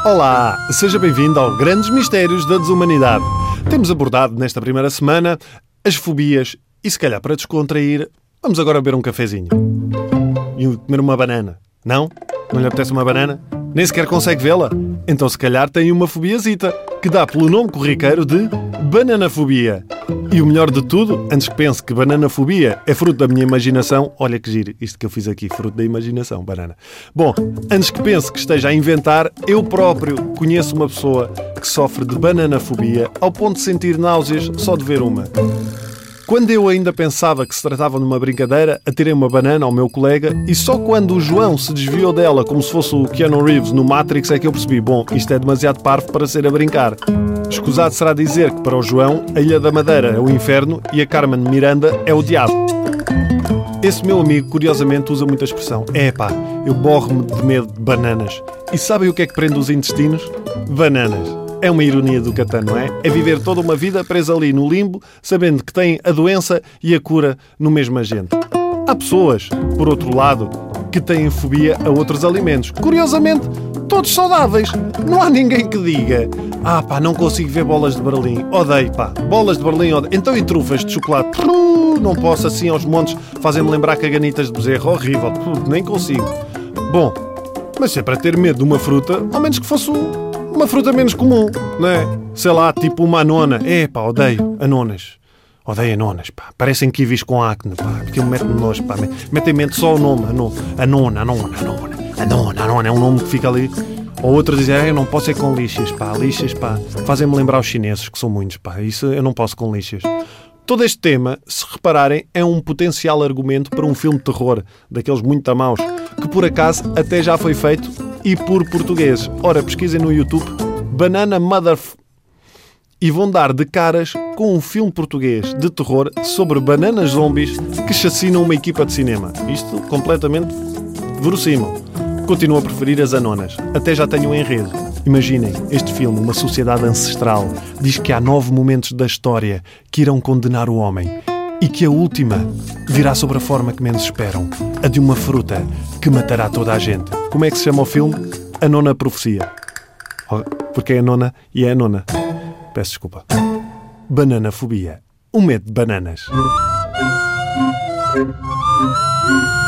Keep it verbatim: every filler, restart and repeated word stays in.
Olá, seja bem-vindo ao Grandes Mistérios da Desumanidade. Temos abordado nesta primeira semana as fobias e, se calhar para descontrair, vamos agora beber um cafezinho e comer uma banana. Não? Não lhe apetece uma banana? Nem sequer consegue vê-la? Então se calhar tem uma fobiazita, que dá pelo nome corriqueiro de bananafobia. E o melhor de tudo, antes que pense que bananafobia é fruto da minha imaginação, olha que giro, isto que eu fiz aqui, fruto da imaginação, banana. Bom, antes que pense que esteja a inventar, eu próprio conheço uma pessoa que sofre de bananafobia ao ponto de sentir náuseas só de ver uma. Quando eu ainda pensava que se tratava de uma brincadeira, atirei uma banana ao meu colega e só quando o João se desviou dela como se fosse o Keanu Reeves no Matrix é que eu percebi, bom, isto é demasiado parvo para ser a brincar. Escusado será dizer que para o João a Ilha da Madeira é o inferno e a Carmen Miranda é o diabo. Esse meu amigo, curiosamente, usa muita expressão. É pá, eu borro-me de medo de bananas. E sabem o que é que prende os intestinos? Bananas. É uma ironia do Catan, não é? É viver toda uma vida presa ali no limbo, sabendo que tem a doença e a cura no mesmo agente. Há pessoas, por outro lado, que têm fobia a outros alimentos. Curiosamente, todos saudáveis. Não há ninguém que diga: ah pá, não consigo ver bolas de Berlim. Odeio, pá. Bolas de Berlim, odeio. Então e trufas de chocolate? Não posso assim aos montes. Fazem-me lembrar caganitas de bezerro. Horrível. Nem consigo. Bom, mas se é para ter medo de uma fruta, ao menos que fosse um... uma fruta menos comum, não é? Sei lá, tipo uma anona. É pá, odeio anonas. Odeio anonas, pá. Parecem kiwis com acne, pá. Porque eu meto-me nojo, pá. Mete em mente só o nome. Anona, anona, anona, anona. Anona, anona. É um nome que fica ali. Ou outros dizem, ah, eu não posso ir com lixas, pá. Lixas, pá. Fazem-me lembrar os chineses, que são muitos, pá. Isso eu não posso com lixas. Todo este tema, se repararem, é um potencial argumento para um filme de terror, daqueles muito maus, que por acaso até já foi feito e por portugueses. Ora, pesquisem no YouTube Banana Mother... e vão dar de caras com um filme português de terror sobre bananas zombies que chacinam uma equipa de cinema. Isto completamente verossímil. Continuo a preferir as anonas. Até já tenho um enredo. Imaginem, este filme, uma sociedade ancestral, diz que há nove momentos da história que irão condenar o homem e que a última virá sobre a forma que menos esperam, a de uma fruta que matará toda a gente. Como é que se chama o filme? A Nona Profecia. Porque é a nona e é a nona. Peço desculpa. Bananafobia. O medo de bananas.